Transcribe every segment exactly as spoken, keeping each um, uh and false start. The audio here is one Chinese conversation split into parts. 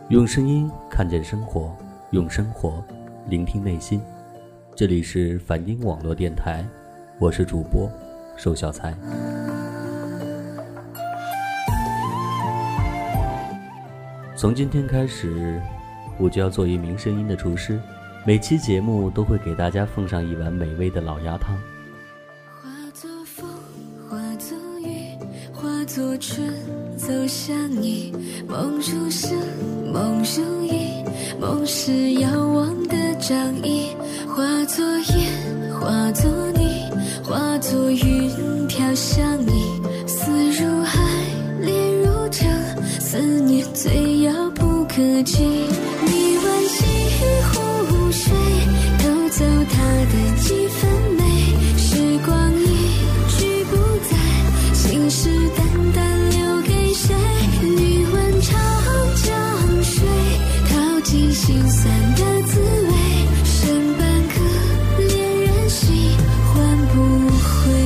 用声音看见生活，用生活聆听内心。这里是梵音网络电台，我是主播寿小财。从今天开始，我就要做一名声音的厨师，每期节目都会给大家奉上一碗美味的老鸭汤。 化作风，化作雨，化作春，走向你。梦如诗，梦如影，梦是遥望的掌印。化作烟，化作泥，化作云飘向你。思如海，恋如城，思念最遥不可及。你惋惜湖水，偷走它的几分美。时光一去不再，心事淡淡留给谁？你问长江水，淘尽心酸的滋味。剩半颗恋人心，换不回。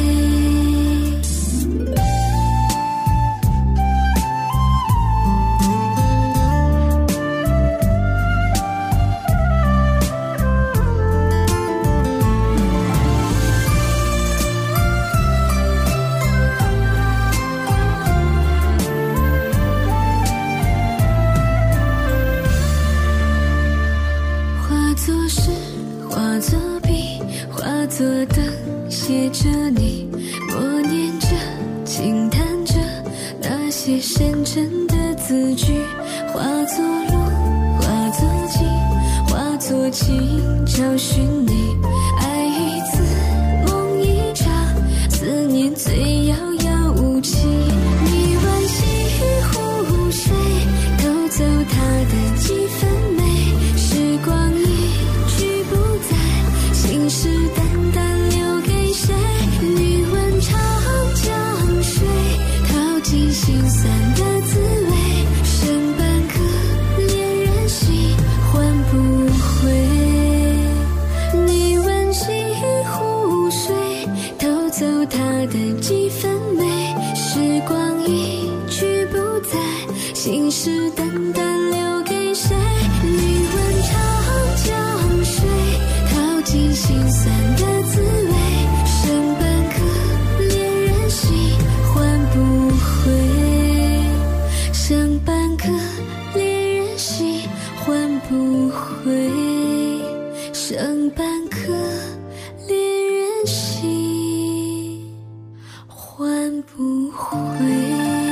化作诗，化作笔，化作灯，写着你，默念着，轻弹着那些深沉的字句。化作路，化作景，化作情，找寻你。爱一次，梦一场，思念最遥遥无期。你惋惜湖水，偷走它的几分美。时光一去不再，心事淡淡留给谁？你问长江水，淘尽心酸的滋味。剩半颗恋人心，换不回。你惋惜湖水，偷走它的几分美。时光一去不再，心事淡淡留给谁？你问长江水，淘尽心酸的滋味。剩半颗恋人心，换不回。剩半颗恋人心，换不回。剩半颗恋人心，换不回。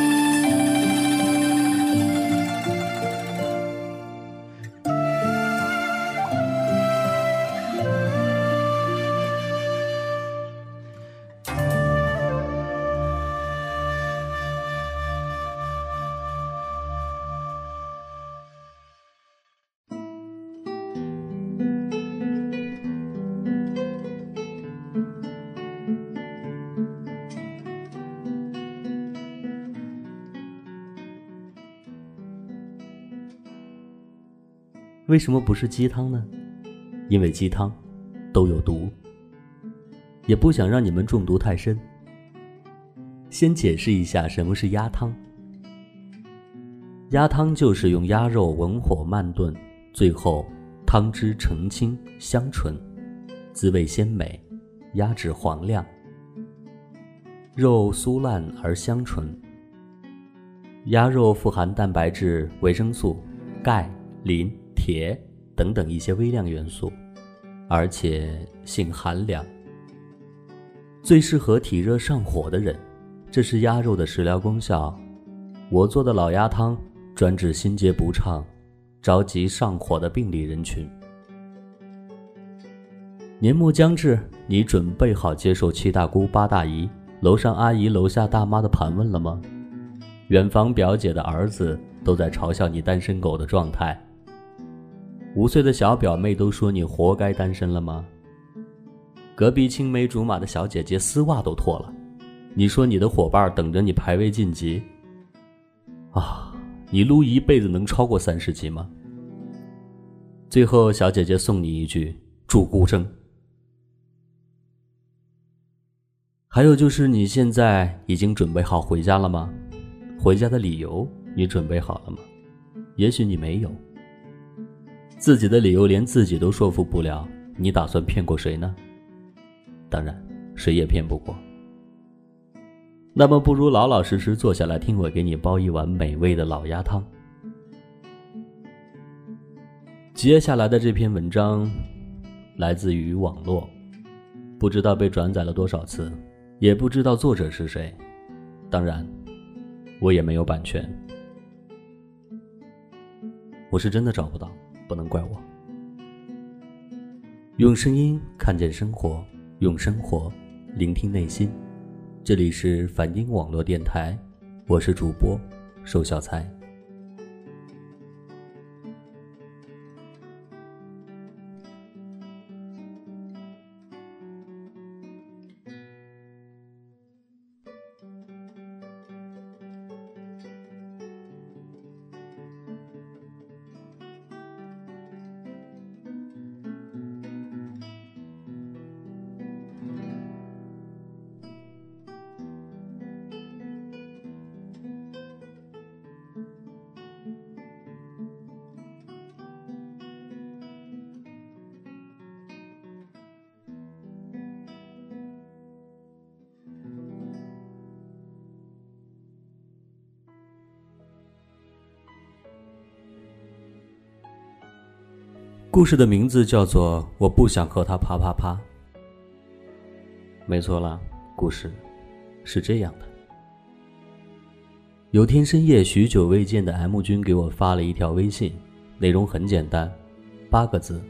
为什么不是鸡汤呢？因为鸡汤都有毒，也不想让你们中毒太深。先解释一下什么是鸭汤。鸭汤就是用鸭肉文火慢炖，最后汤汁澄清香醇，滋味鲜美，鸭质黄亮，肉酥烂而香醇。鸭肉富含蛋白质、维生素、钙、磷、铁等等一些微量元素，而且性寒凉，最适合体热上火的人。这是鸭肉的食疗功效。我做的老鸭汤专治心结不畅、着急上火的病理人群。年末将至，你准备好接受七大姑八大姨、楼上阿姨楼下大妈的盘问了吗？远房表姐的儿子都在嘲笑你单身狗的状态。五岁的小表妹都说你活该单身了吗？隔壁青梅竹马的小姐姐丝袜都脱了，你说你的伙伴等着你排位晋级啊？你撸一辈子能超过三十级吗？最后小姐姐送你一句祝孤征。还有就是你现在已经准备好回家了吗？回家的理由你准备好了吗？ 也许你没有。自己的理由连自己都说服不了，你打算骗过谁呢？当然，谁也骗不过。那么不如老老实实坐下来听我给你煲一碗美味的老鸭汤。接下来的这篇文章来自于网络，不知道被转载了多少次，也不知道作者是谁，当然我也没有版权。我是真的找不到，不能怪我。用声音看见生活，用生活聆听内心。这里是梵音网络电台，我是主播寿小财。故事的名字叫做我不想和他啪啪啪。没错啦，故事是这样的。有天深夜，许久未见的 M 君给我发了一条微信，内容很简单，八个字：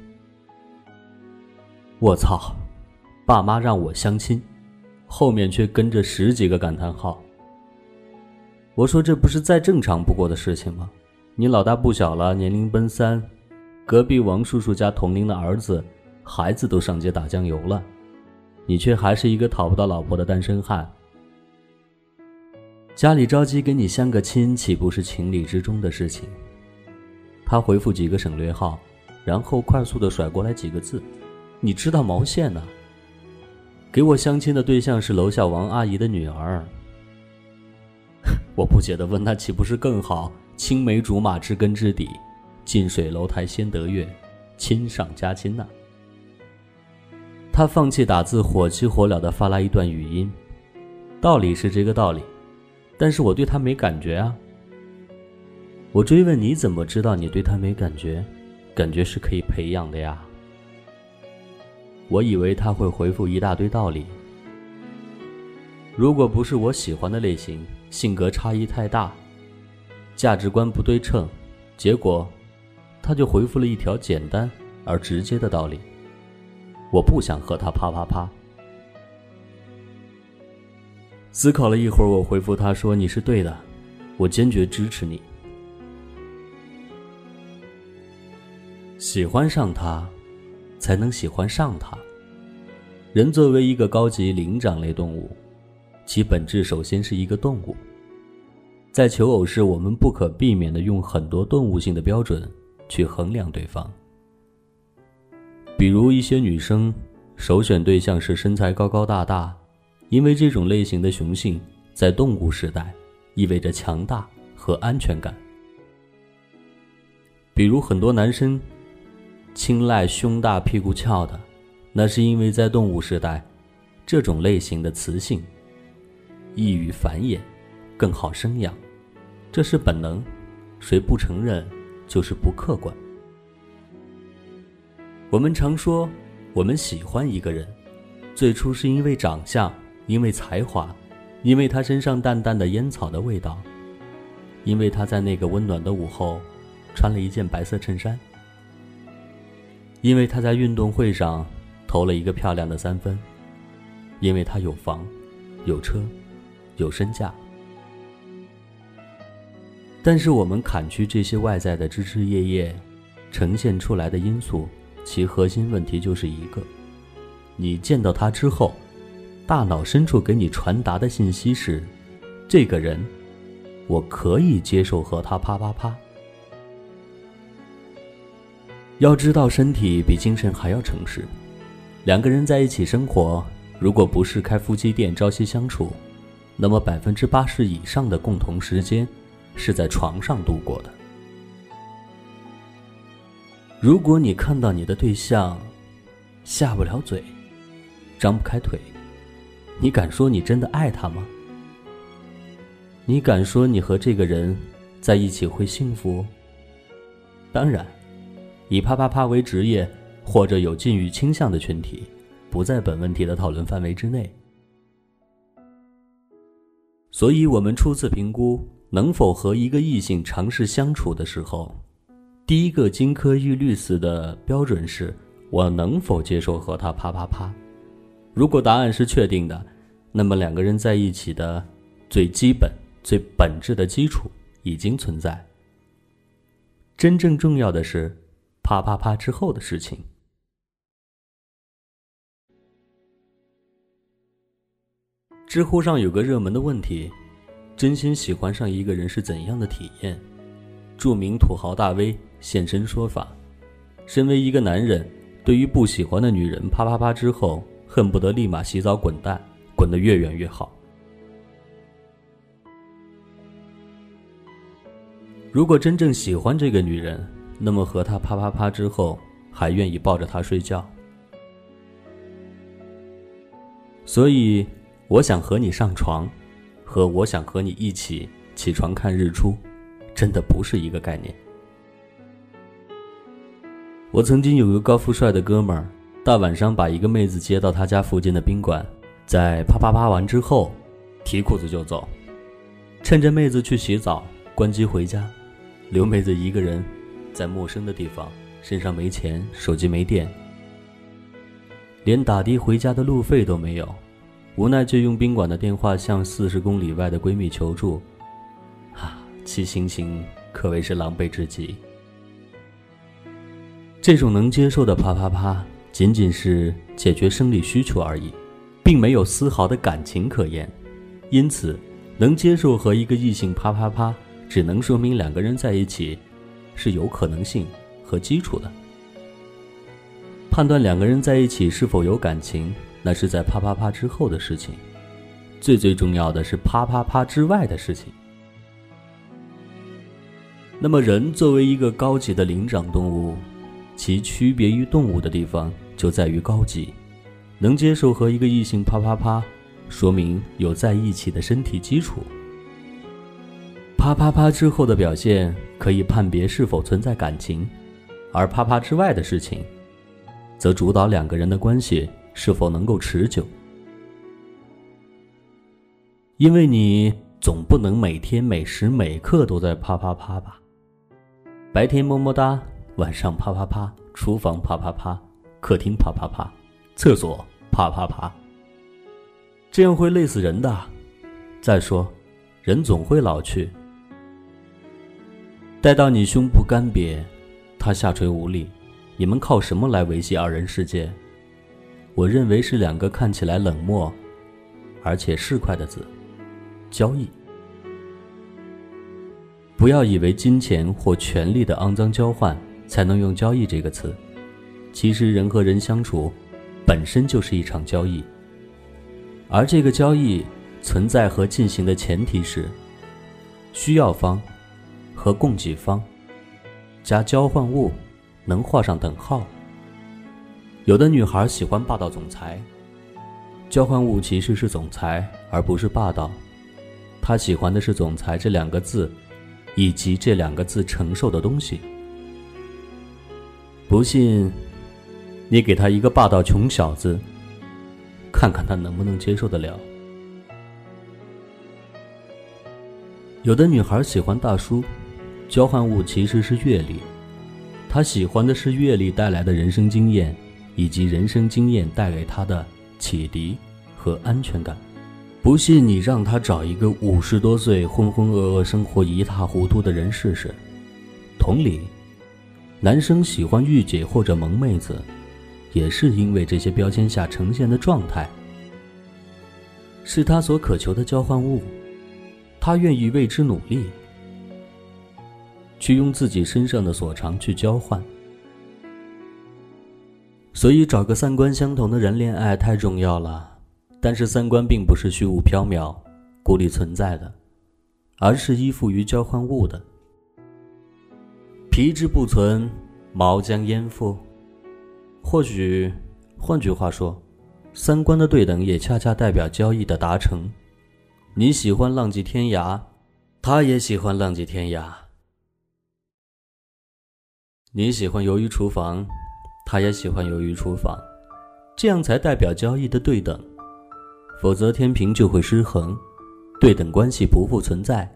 我操，爸妈让我相亲，后面却跟着十几个感叹号。我说这不是再正常不过的事情吗？你老大不小了，年龄奔三，隔壁王叔叔家同龄的儿子孩子都上街打酱油了，你却还是一个讨不到老婆的单身汉。家里着急给你相个亲，岂不是情理之中的事情？他回复几个省略号，然后快速地甩过来几个字：你知道毛线呢？给我相亲的对象是楼下王阿姨的女儿。我不解地问，那岂不是更好？青梅竹马知根知底，近水楼台先得月，亲上加亲呐、啊。他放弃打字，火急火燎地发来一段语音。道理是这个道理，但是我对他没感觉啊。我追问，你怎么知道你对他没感觉？感觉是可以培养的呀。我以为他会回复一大堆道理，如果不是我喜欢的类型，性格差异太大，价值观不对称，结果他就回复了一条简单而直接的道理：我不想和他啪啪啪。思考了一会儿，我回复他说，你是对的，我坚决支持你。喜欢上他才能喜欢上他。人作为一个高级灵长类动物，其本质首先是一个动物。在求偶时，我们不可避免地用很多动物性的标准去衡量对方。比如一些女生首选对象是身材高高大大，因为这种类型的雄性在动物时代意味着强大和安全感。比如很多男生青睐胸大屁股翘的，那是因为在动物时代，这种类型的雌性易于繁衍，更好生养，这是本能，谁不承认就是不客观。我们常说我们喜欢一个人，最初是因为长相，因为才华，因为他身上淡淡的烟草的味道，因为他在那个温暖的午后穿了一件白色衬衫，因为他在运动会上投了一个漂亮的三分，因为他有房有车有身价。但是我们砍去这些外在的枝枝叶叶，呈现出来的因素，其核心问题就是一个：你见到他之后，大脑深处给你传达的信息是，这个人我可以接受和他啪啪啪。要知道，身体比精神还要诚实。两个人在一起生活，如果不是开夫妻店朝夕相处，那么百分之八十以上的共同时间是在床上度过的。 如果你看到你的对象下不了嘴，张不开腿，你敢说你真的爱他吗？你敢说你和这个人在一起会幸福？当然，以啪啪啪为职业或者有禁欲倾向的群体不在本问题的讨论范围之内。所以我们初次评估能否和一个异性尝试相处的时候，第一个金科玉律似的标准是我能否接受和他啪啪啪。如果答案是确定的，那么两个人在一起的最基本最本质的基础已经存在。真正重要的是啪啪啪之后的事情。知乎上有个热门的问题，真心喜欢上一个人是怎样的体验？著名土豪大 V 现身说法，身为一个男人，对于不喜欢的女人啪啪啪之后，恨不得立马洗澡滚蛋，滚得越远越好。如果真正喜欢这个女人，那么和她啪啪啪之后，还愿意抱着她睡觉。所以我想和你上床，和我想和你一起起床看日出，真的不是一个概念。我曾经有个高富帅的哥们儿，大晚上把一个妹子接到他家附近的宾馆，在啪啪啪完之后，提裤子就走，趁着妹子去洗澡，关机回家，留妹子一个人在陌生的地方，身上没钱，手机没电，连打的回家的路费都没有，无奈就用宾馆的电话向四十公里外的闺蜜求助，啊，其心情可谓是狼狈至极。这种能接受的啪啪啪，仅仅是解决生理需求而已，并没有丝毫的感情可言。因此，能接受和一个异性啪啪啪，只能说明两个人在一起是有可能性和基础的。判断两个人在一起是否有感情，那是在啪啪啪之后的事情。最最重要的是啪啪啪之外的事情。那么人作为一个高级的灵长动物，其区别于动物的地方就在于高级，能接受和一个异性啪啪啪，说明有在一起的身体基础。啪啪啪之后的表现可以判别是否存在感情，而啪啪之外的事情则主导两个人的关系是否能够持久。因为你总不能每天每时每刻都在啪啪啪吧，白天么么哒，晚上啪啪啪，厨房啪啪啪，客厅啪啪啪，厕所啪啪啪，这样会累死人的。再说，人总会老去，待到你胸部干瘪，他下垂无力，你们靠什么来维系二人世界？我认为是两个看起来冷漠而且市侩的字：交易。不要以为金钱或权力的肮脏交换才能用交易这个词，其实人和人相处本身就是一场交易，而这个交易存在和进行的前提是需要方和供给方加交换物能画上等号。有的女孩喜欢霸道总裁，交换物其实是总裁而不是霸道，她喜欢的是总裁这两个字以及这两个字承受的东西。不信你给他一个霸道穷小子，看看他能不能接受得了。有的女孩喜欢大叔，交换物其实是阅历，她喜欢的是阅历带来的人生经验，以及人生经验带给她的启迪和安全感。不信你让她找一个五十多岁浑浑噩噩生活一塌糊涂的人试试。同理，男生喜欢御姐或者萌妹子，也是因为这些标签下呈现的状态是他所渴求的交换物，他愿意为之努力，去用自己身上的所长去交换。所以找个三观相同的人恋爱太重要了，但是三观并不是虚无缥缈孤立存在的，而是依附于交换物的。皮之不存， 毛将焉附。或许换句话说，三观的对等也恰恰代表交易的达成。你喜欢浪迹天涯，他也喜欢浪迹天涯。你喜欢鱿鱼厨房，他也喜欢鱿鱼厨房，这样才代表交易的对等。否则天平就会失衡，对等关系不复存在。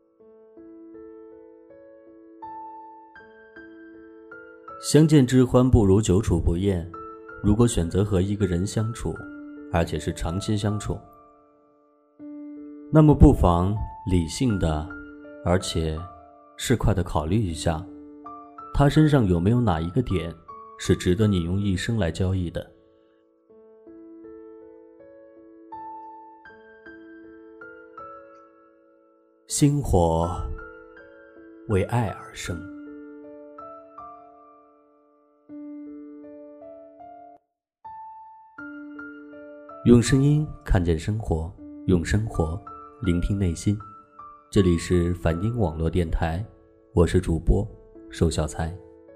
相见之欢不如久处不厌。如果选择和一个人相处，而且是长期相处，那么不妨理性的，而且适快的考虑一下，他身上有没有哪一个点是值得你用一生来交易的。星火为爱而生。用声音看见生活，用生活聆听内心。这里是梵音网络电台，我是主播寿小财。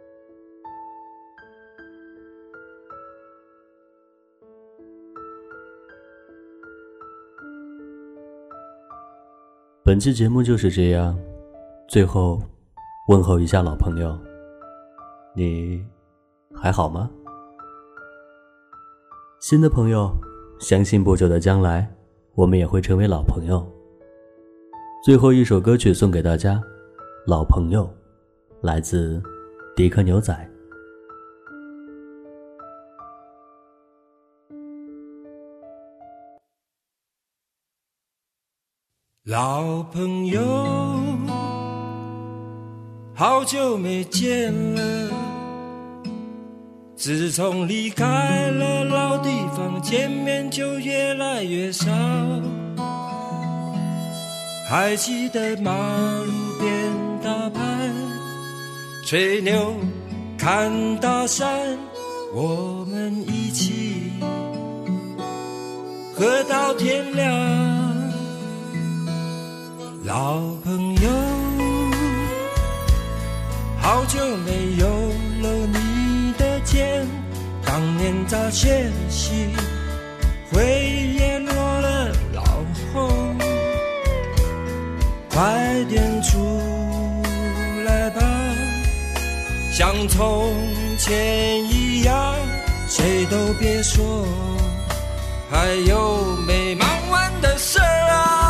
本期节目就是这样，最后问候一下老朋友，你还好吗？新的朋友，相信不久的将来我们也会成为老朋友。最后一首歌曲送给大家，老朋友，来自迪克牛仔。 老朋友，好久没见了，自从离开了老地方，见面就越来越少。还记得马路边打牌、吹牛、看大山，我们一起喝到天亮。老朋友，好久没有搂你的肩，当年在学习灰也落了老红，快点出来吧，像从前一样，谁都别说还有没忙完的事啊。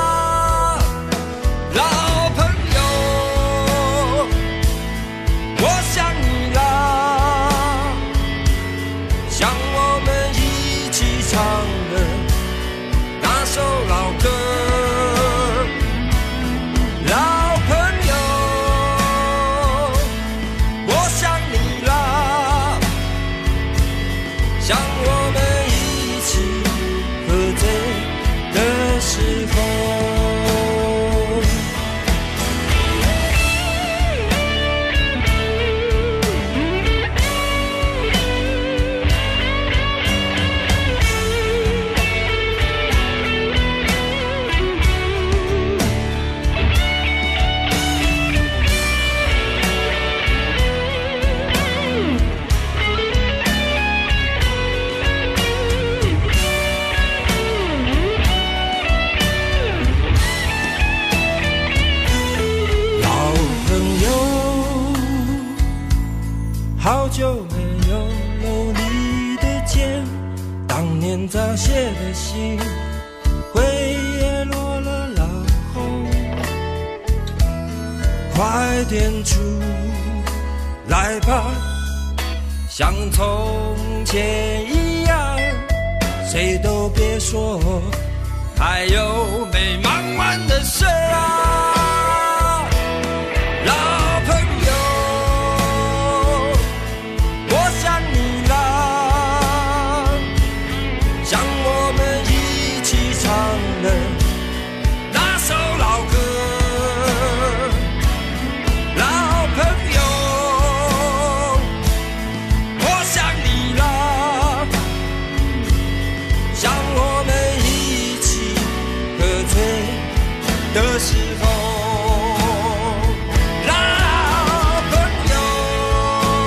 好久没有搂你的肩，当年早写的信灰也落了老红，快点出来吧，像从前一样，谁都别说还有没忙完的事啊。的时候，老朋友，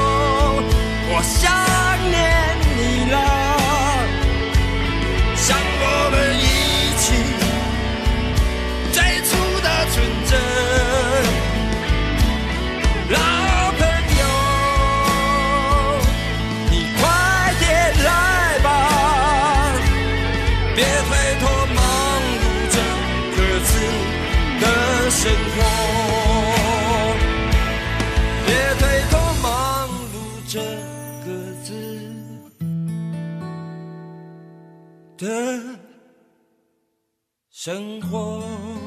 生活，别推头忙碌着各自的生活。